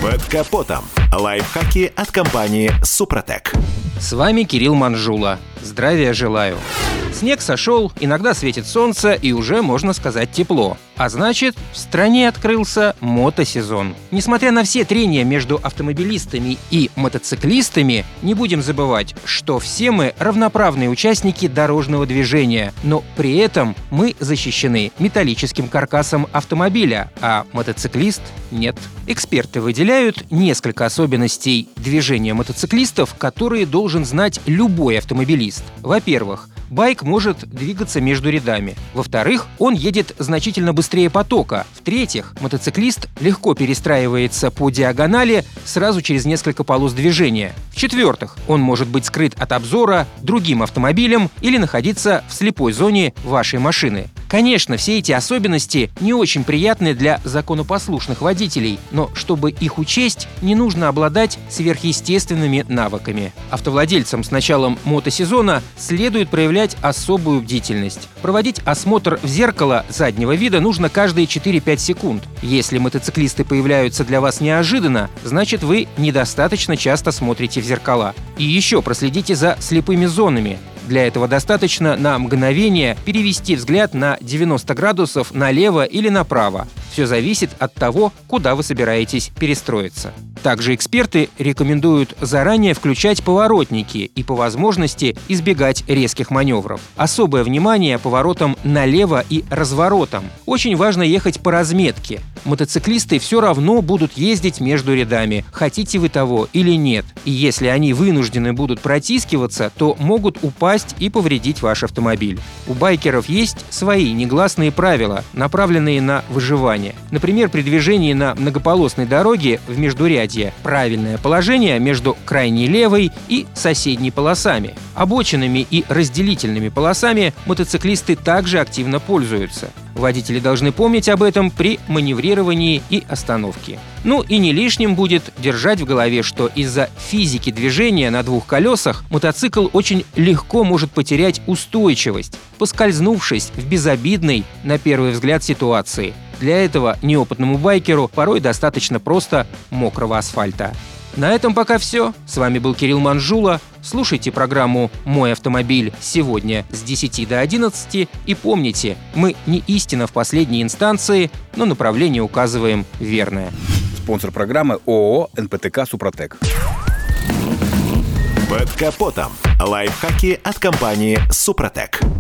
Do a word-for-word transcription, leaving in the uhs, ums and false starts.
Под капотом. Лайфхаки от компании «Супротек». С вами Кирилл Манжула. Здравия желаю. Снег сошел, иногда светит солнце и уже, можно сказать, тепло. А значит, в стране открылся мотосезон. Несмотря на все трения между автомобилистами и мотоциклистами, не будем забывать, что все мы равноправные участники дорожного движения, но при этом мы защищены металлическим каркасом автомобиля, а мотоциклист — нет. Эксперты выделяют несколько особенностей движения мотоциклистов, которые должен знать любой автомобилист. Во-первых, байк может двигаться между рядами. Во-вторых, он едет значительно быстрее потока. В-третьих, мотоциклист легко перестраивается по диагонали сразу через несколько полос движения. В-четвертых, он может быть скрыт от обзора другим автомобилем или находиться в слепой зоне вашей машины. Конечно, все эти особенности не очень приятны для законопослушных водителей, но чтобы их учесть, не нужно обладать сверхъестественными навыками. Автовладельцам с началом мотосезона следует проявлять особую бдительность. Проводить осмотр в зеркало заднего вида нужно каждые четыре-пять секунд. Если мотоциклисты появляются для вас неожиданно, значит, вы недостаточно часто смотрите в зеркала. И еще проследите за слепыми зонами. Для этого достаточно на мгновение перевести взгляд на девяносто градусов налево или направо. Все зависит от того, куда вы собираетесь перестроиться. Также эксперты рекомендуют заранее включать поворотники и по возможности избегать резких маневров. Особое внимание поворотам налево и разворотам. Очень важно ехать по разметке. Мотоциклисты все равно будут ездить между рядами, хотите вы того или нет. И если они вынуждены будут протискиваться, то могут упасть и повредить ваш автомобиль. У байкеров есть свои негласные правила, направленные на выживание. Например, при движении на многополосной дороге в междурядье правильное положение между крайней левой и соседней полосами. Обочинами и разделительными полосами мотоциклисты также активно пользуются. Водители должны помнить об этом при маневрировании и остановке. Ну и не лишним будет держать в голове, что из-за физики движения на двух колесах мотоцикл очень легко может потерять устойчивость, поскользнувшись в безобидной, на первый взгляд, ситуации. Для этого неопытному байкеру порой достаточно просто мокрого асфальта. На этом пока все. С вами был Кирилл Манжула. Слушайте программу «Мой автомобиль» сегодня с десяти до одиннадцати. И помните, мы не истина в последней инстанции, но направление указываем верное. Спонсор программы ООО «эн пэ тэ ка Супротек». Под капотом. Лайфхаки от компании «Супротек».